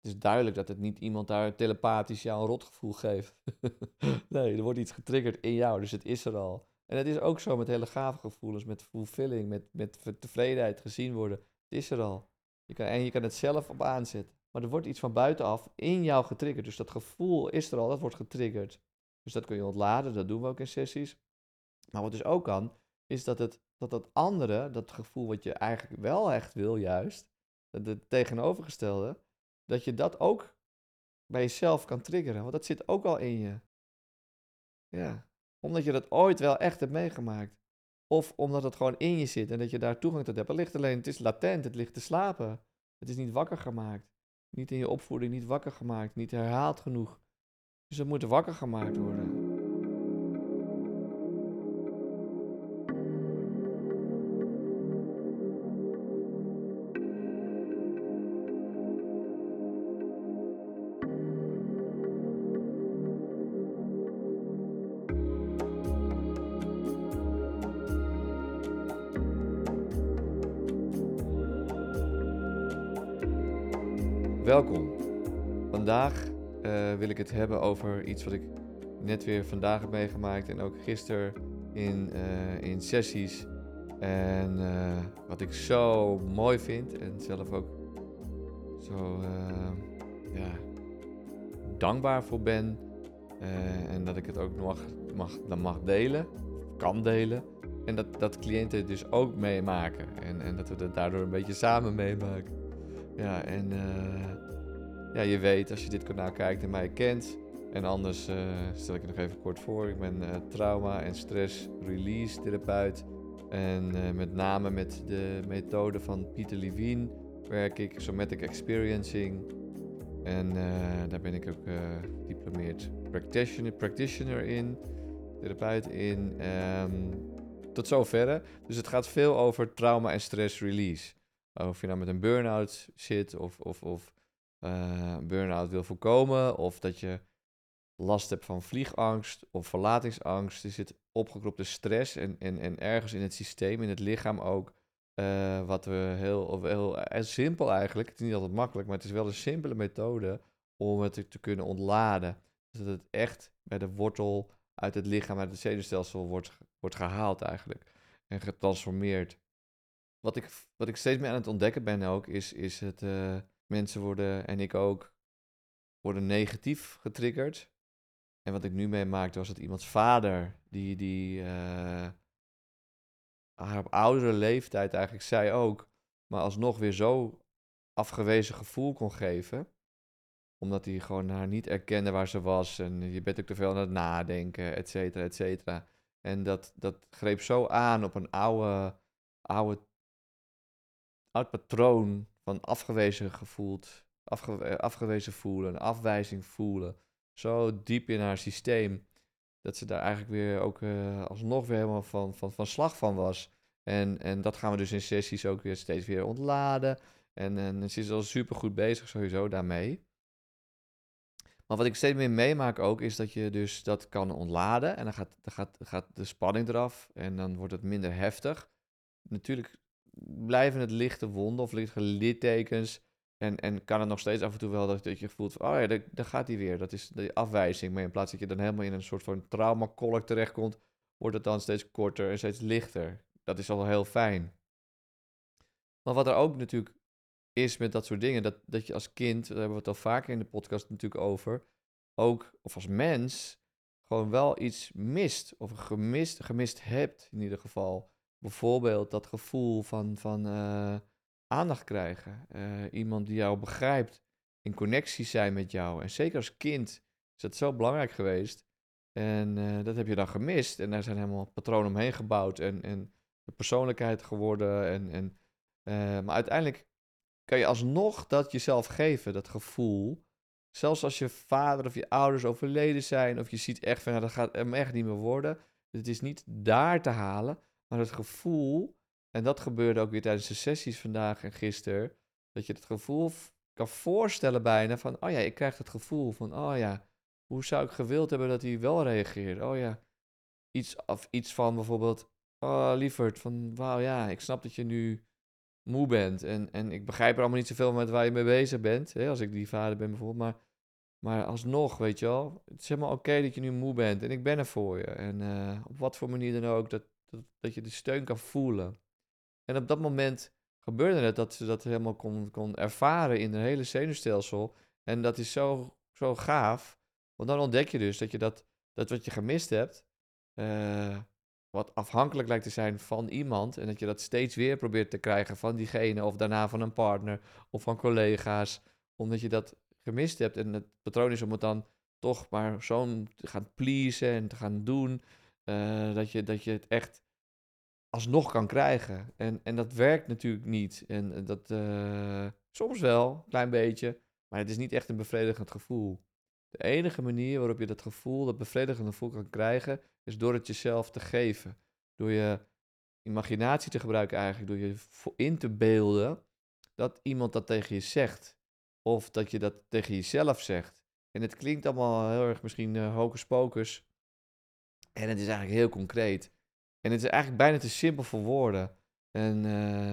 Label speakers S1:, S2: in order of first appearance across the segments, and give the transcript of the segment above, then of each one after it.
S1: Het is duidelijk dat het niet iemand daar telepathisch jou een rotgevoel geeft. Nee, er wordt iets getriggerd in jou, dus het is er al. En het is ook zo met hele gave gevoelens, met fulfilling, met tevredenheid, gezien worden. Het is er al. En je kan het zelf op aanzetten. Maar er wordt iets van buitenaf in jou getriggerd. Dus dat gevoel is er al, dat wordt getriggerd. Dus dat kun je ontladen, dat doen we ook in sessies. Maar wat dus ook kan, is dat andere, dat gevoel wat je eigenlijk wel echt wil juist, het tegenovergestelde, dat je dat ook bij jezelf kan triggeren. Want dat zit ook al in je. Ja. Omdat je dat ooit wel echt hebt meegemaakt. Of omdat het gewoon in je zit en dat je daar toegang tot hebt. Het ligt alleen, het is latent, het ligt te slapen. Het is niet wakker gemaakt. Niet in je opvoeding, niet wakker gemaakt. Niet herhaald genoeg. Dus het moet wakker gemaakt worden. Welkom. Vandaag wil ik het hebben over iets wat ik net weer vandaag heb meegemaakt en ook gisteren in sessies. En wat ik zo mooi vind en zelf ook zo ja, dankbaar voor ben. En dat ik het ook mag delen, kan delen. En dat cliënten het dus ook meemaken. En dat we het daardoor een beetje samen meemaken. Ja, en ja, je weet als je dit kanaal kijkt en mij kent. En anders stel ik je nog even kort voor. Ik ben trauma- en stress-release therapeut. En met name met de methode van Peter Levine werk ik, somatic experiencing. En daar ben ik ook gediplomeerd practitioner in, therapeut in. Tot zoverre. Dus het gaat veel over trauma en stress release. Of je nou met een burn-out zit of burn-out wil voorkomen. Of dat je last hebt van vliegangst of verlatingsangst. Er zit opgekropte stress en ergens in het systeem, in het lichaam ook. Wat we heel simpel eigenlijk, het is niet altijd makkelijk, maar het is wel een simpele methode om het te kunnen ontladen. Dus dat het echt bij de wortel uit het lichaam, uit het zenuwstelsel wordt gehaald eigenlijk. En getransformeerd. Wat ik steeds meer aan het ontdekken ben ook, is het mensen worden, en ik ook, worden negatief getriggerd. En wat ik nu meemaakte was dat iemands vader, die haar op oudere leeftijd eigenlijk zei ook, maar alsnog weer zo afgewezen gevoel kon geven. Omdat hij gewoon haar niet erkende waar ze was. En je bent ook te veel aan het nadenken, et cetera, et cetera. En dat greep zo aan op een oude, oud patroon van afgewezen gevoeld. Afgewezen voelen, afwijzing voelen. Zo diep in haar systeem. Dat ze daar eigenlijk weer ook alsnog weer helemaal van slag van was. En dat gaan we dus in sessies ook weer steeds weer ontladen. En ze is al super goed bezig sowieso daarmee. Maar wat ik steeds meer meemaak ook, is dat je dus dat kan ontladen. En dan gaat de spanning eraf en dan wordt het minder heftig. Natuurlijk blijven het lichte wonden of lichte littekens. En kan het nog steeds af en toe wel dat je voelt van, oh ja, daar gaat hij weer. Dat is de afwijzing. Maar in plaats dat je dan helemaal in een soort van traumakolk terechtkomt, wordt het dan steeds korter en steeds lichter. Dat is al heel fijn. Maar wat er ook natuurlijk is met dat soort dingen, dat je als kind, daar hebben we het al vaker in de podcast natuurlijk over, ook, of als mens, gewoon wel iets mist. Of gemist hebt in ieder geval. Bijvoorbeeld dat gevoel van aandacht krijgen. Iemand die jou begrijpt, in connectie zijn met jou. En zeker als kind is dat zo belangrijk geweest. En dat heb je dan gemist. En daar zijn helemaal patronen omheen gebouwd. En de persoonlijkheid geworden. Maar uiteindelijk kan je alsnog dat jezelf geven, dat gevoel. Zelfs als je vader of je ouders overleden zijn, of je ziet echt van, nou, dat gaat hem echt niet meer worden. Het is niet daar te halen, maar het gevoel, en dat gebeurde ook weer tijdens de sessies vandaag en gisteren, dat je het gevoel kan voorstellen bijna van, oh ja, ik krijg het gevoel van, oh ja, hoe zou ik gewild hebben dat hij wel reageert? Oh ja, iets van bijvoorbeeld, oh lieverd, van, wauw ja, ik snap dat je nu moe bent. En ik begrijp er allemaal niet zoveel met waar je mee bezig bent. Hè, als ik die vader ben bijvoorbeeld. Maar alsnog, weet je wel. Het is helemaal oké dat je nu moe bent. En ik ben er voor je. En op wat voor manier dan ook. Dat je de steun kan voelen. En op dat moment gebeurde het dat ze dat helemaal kon ervaren in hun hele zenuwstelsel. En dat is zo gaaf. Want dan ontdek je dus dat wat je gemist hebt, eh, wat afhankelijk lijkt te zijn van iemand. En dat je dat steeds weer probeert te krijgen van diegene, of daarna van een partner, of van collega's. Omdat je dat gemist hebt. En het patroon is om het dan toch maar zo te gaan pleasen en te gaan doen. Dat je het echt alsnog kan krijgen. En dat werkt natuurlijk niet. En dat soms wel, een klein beetje. Maar het is niet echt een bevredigend gevoel. De enige manier waarop je dat gevoel, dat bevredigende gevoel kan krijgen, is door het jezelf te geven. Door je imaginatie te gebruiken eigenlijk. Door je in te beelden dat iemand dat tegen je zegt. Of dat je dat tegen jezelf zegt. En het klinkt allemaal heel erg misschien hocus pocus. En het is eigenlijk heel concreet. En het is eigenlijk bijna te simpel voor woorden. En,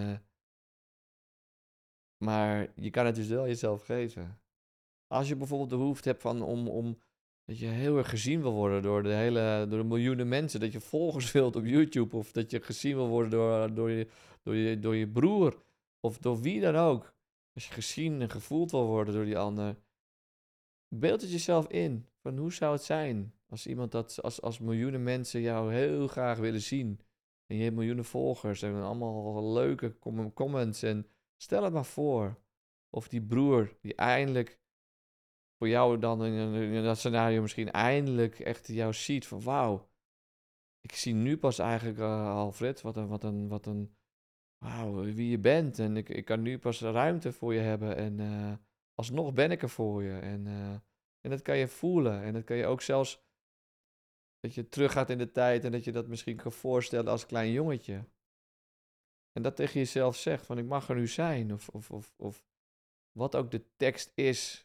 S1: maar je kan het dus wel jezelf geven. Als je bijvoorbeeld de behoefte hebt om dat je heel erg gezien wil worden door de miljoenen mensen, dat je volgers wilt op YouTube, of dat je gezien wil worden door je broer, of door wie dan ook. Als je gezien en gevoeld wil worden door die ander, beeld het jezelf in. Van hoe zou het zijn als iemand als miljoenen mensen jou heel graag willen zien. En je hebt miljoenen volgers en allemaal leuke comments. En stel het maar voor. Of die broer die eindelijk voor jou dan in dat scenario misschien eindelijk echt jou ziet. Van wauw, ik zie nu pas eigenlijk Alfred, wauw, wie je bent. En ik kan nu pas ruimte voor je hebben. En alsnog ben ik er voor je. En dat kan je voelen. En dat kan je ook zelfs, dat je teruggaat in de tijd en dat je dat misschien kan voorstellen als klein jongetje. En dat tegen jezelf zegt van ik mag er nu zijn. Of wat ook de tekst is.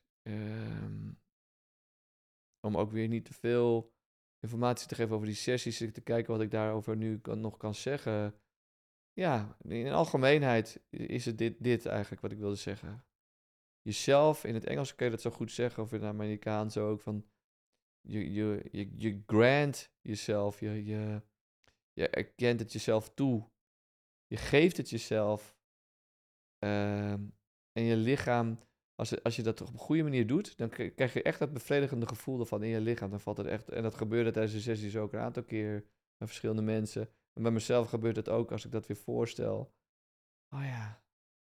S1: Om ook weer niet te veel informatie te geven over die sessies. Te kijken wat ik daarover nu nog kan zeggen. Ja, in algemeenheid is het dit eigenlijk wat ik wilde zeggen. Jezelf, in het Engels kun je dat zo goed zeggen, of in het Amerikaans ook, van je grant jezelf, je erkent het jezelf toe, je geeft het jezelf, ehm, en je lichaam, als je dat op een goede manier doet, dan krijg je echt dat bevredigende gevoel ervan in je lichaam. Dan valt het echt, en dat gebeurde tijdens de sessies ook een aantal keer met verschillende mensen. En bij mezelf gebeurt het ook als ik dat weer voorstel. Oh ja,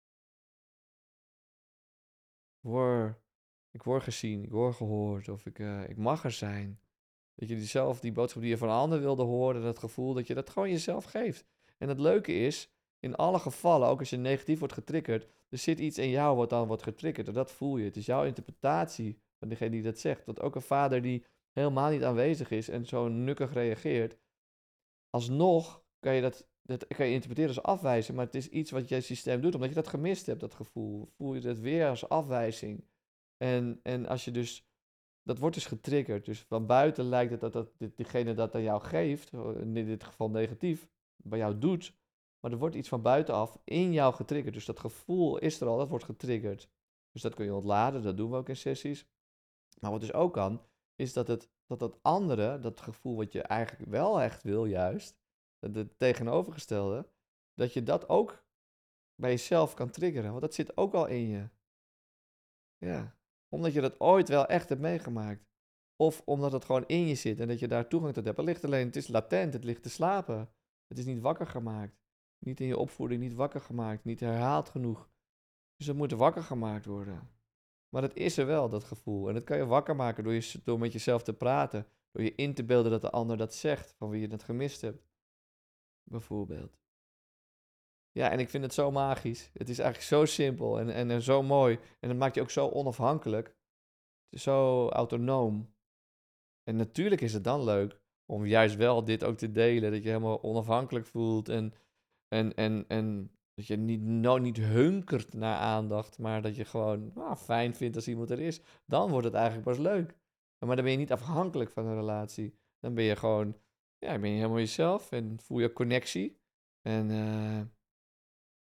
S1: word, ik word gezien, ik word gehoord, of ik mag er zijn. Dat je zelf die boodschap die je van anderen wilde horen, dat gevoel, dat je dat gewoon jezelf geeft. En het leuke is, in alle gevallen, ook als je negatief wordt getriggerd, er zit iets in jou wat dan wordt getriggerd. En dat voel je. Het is jouw interpretatie van degene die dat zegt. Dat ook een vader die helemaal niet aanwezig is en zo nukkig reageert, alsnog kan je dat kan je interpreteren als afwijzing, maar het is iets wat je systeem doet, omdat je dat gemist hebt, dat gevoel. Voel je dat weer als afwijzing. En als je dus, dat wordt dus getriggerd. Dus van buiten lijkt het dat diegene dat aan jou geeft, in dit geval negatief, bij jou doet. Maar er wordt iets van buitenaf in jou getriggerd. Dus dat gevoel is er al, dat wordt getriggerd. Dus dat kun je ontladen, dat doen we ook in sessies. Maar wat dus ook kan, is dat andere, dat gevoel wat je eigenlijk wel echt wil juist, het tegenovergestelde, dat je dat ook bij jezelf kan triggeren. Want dat zit ook al in je. Ja, omdat je dat ooit wel echt hebt meegemaakt. Of omdat het gewoon in je zit en dat je daar toegang tot hebt. Het ligt alleen, het is latent, het ligt te slapen. Het is niet wakker gemaakt. Niet in je opvoeding, niet wakker gemaakt, niet herhaald genoeg. Dus dat moet wakker gemaakt worden. Maar dat is er wel, dat gevoel. En dat kan je wakker maken door met jezelf te praten. Door je in te beelden dat de ander dat zegt, van wie je het gemist hebt. Bijvoorbeeld. Ja, en ik vind het zo magisch. Het is eigenlijk zo simpel en zo mooi. En het maakt je ook zo onafhankelijk. Het is zo autonoom. En natuurlijk is het dan leuk om juist wel dit ook te delen. Dat je helemaal onafhankelijk voelt. En dat je niet hunkert naar aandacht. Maar dat je gewoon fijn vindt als iemand er is. Dan wordt het eigenlijk pas leuk. Maar dan ben je niet afhankelijk van een relatie. Dan ben je gewoon, ja, ben je helemaal jezelf. En voel je connectie. En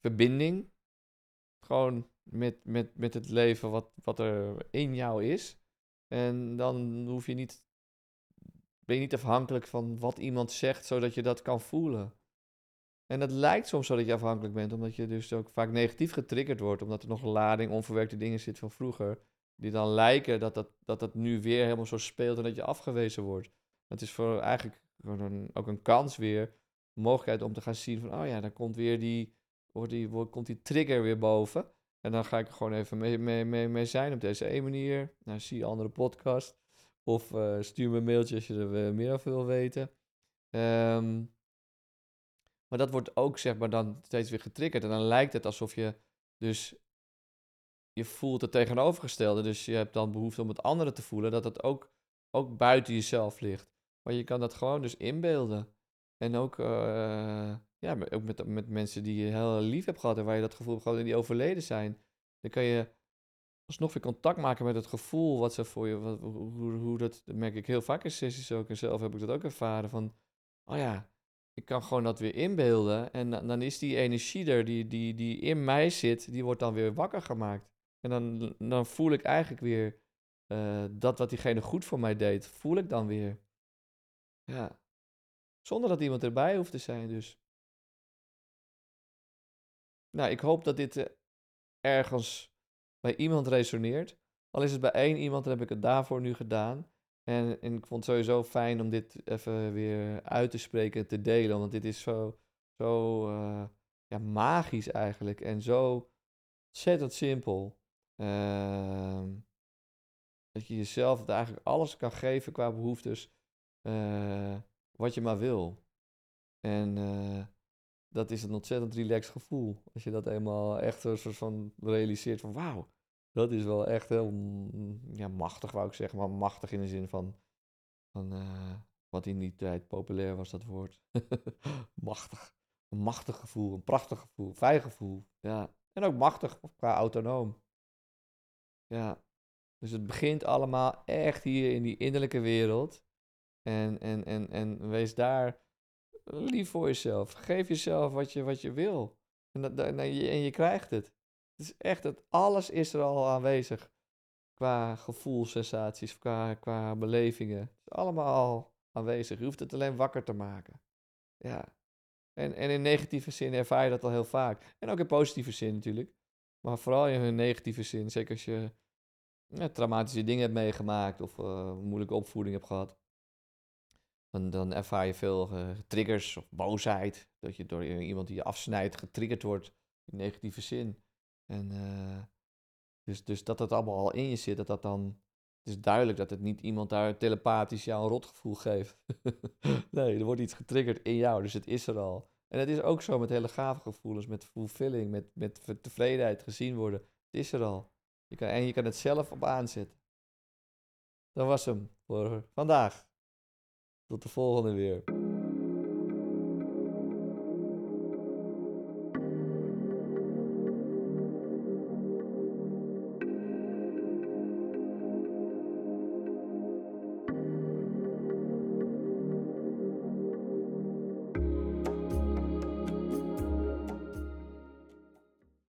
S1: verbinding. Gewoon met het leven wat er in jou is. En dan ben je niet afhankelijk van wat iemand zegt, zodat je dat kan voelen. En het lijkt soms zo dat je afhankelijk bent, omdat je dus ook vaak negatief getriggerd wordt, omdat er nog een lading onverwerkte dingen zit van vroeger, die dan lijken dat nu weer helemaal zo speelt en dat je afgewezen wordt. Het is voor eigenlijk gewoon ook een kans weer, een mogelijkheid om te gaan zien van, oh ja, dan komt weer komt die trigger weer boven. En dan ga ik er gewoon even mee zijn op deze manier. Nou, zie je andere podcast. Of stuur me een mailtje als je er meer over wil weten. Maar dat wordt ook zeg maar dan steeds weer getriggerd. En dan lijkt het alsof je dus je voelt het tegenovergestelde. Dus je hebt dan behoefte om het andere te voelen. Dat het ook buiten jezelf ligt. Maar je kan dat gewoon dus inbeelden. En ook, ja, ook met mensen die je heel lief hebt gehad. En waar je dat gevoel hebt gehad en die overleden zijn. Dan kan je alsnog weer contact maken met het gevoel wat ze voor je... hoe dat merk ik heel vaak in sessies ook. En zelf heb ik dat ook ervaren van... Oh ja, ik kan gewoon dat weer inbeelden. En dan is die energie er die in mij zit, die wordt dan weer wakker gemaakt. En dan voel ik eigenlijk weer dat wat diegene goed voor mij deed, voel ik dan weer. Ja, zonder dat iemand erbij hoeft te zijn dus. Nou, ik hoop dat dit ergens bij iemand resoneert. Al is het bij één iemand, dan heb ik het daarvoor nu gedaan. En ik vond het sowieso fijn om dit even weer uit te spreken en te delen. Want dit is zo ja, magisch eigenlijk. En zo ontzettend simpel. Ehm, dat je jezelf eigenlijk alles kan geven qua behoeftes. eh, wat je maar wil. En dat is een ontzettend relaxed gevoel. Als je dat eenmaal echt een soort van realiseert van wauw. Dat is wel echt heel ja, machtig, wou ik zeggen. Maar machtig in de zin van wat in die tijd populair was, dat woord. Machtig. Een machtig gevoel, een prachtig gevoel, fijn gevoel. Ja. En ook machtig qua autonoom. Ja. Dus het begint allemaal echt hier in die innerlijke wereld. En wees daar lief voor jezelf. Geef jezelf wat je wil. En je krijgt het. Het is echt, alles is er al aanwezig. Qua gevoelssensaties, qua belevingen. Het is allemaal aanwezig. Je hoeft het alleen wakker te maken. Ja. En in negatieve zin ervaar je dat al heel vaak. En ook in positieve zin natuurlijk. Maar vooral in een negatieve zin. Zeker als je traumatische dingen hebt meegemaakt of moeilijke opvoeding hebt gehad. Dan ervaar je veel triggers of boosheid. Dat je door iemand die je afsnijdt getriggerd wordt in negatieve zin. En dus dat het allemaal al in je zit, dat dan... Het is duidelijk dat het niet iemand daar telepathisch jou een rotgevoel geeft. Nee, er wordt iets getriggerd in jou, dus het is er al. En het is ook zo met hele gave gevoelens, met fulfilling, met tevredenheid, gezien worden. Het is er al. Je kan het zelf op aanzetten. Dat was hem voor vandaag. Tot de volgende weer.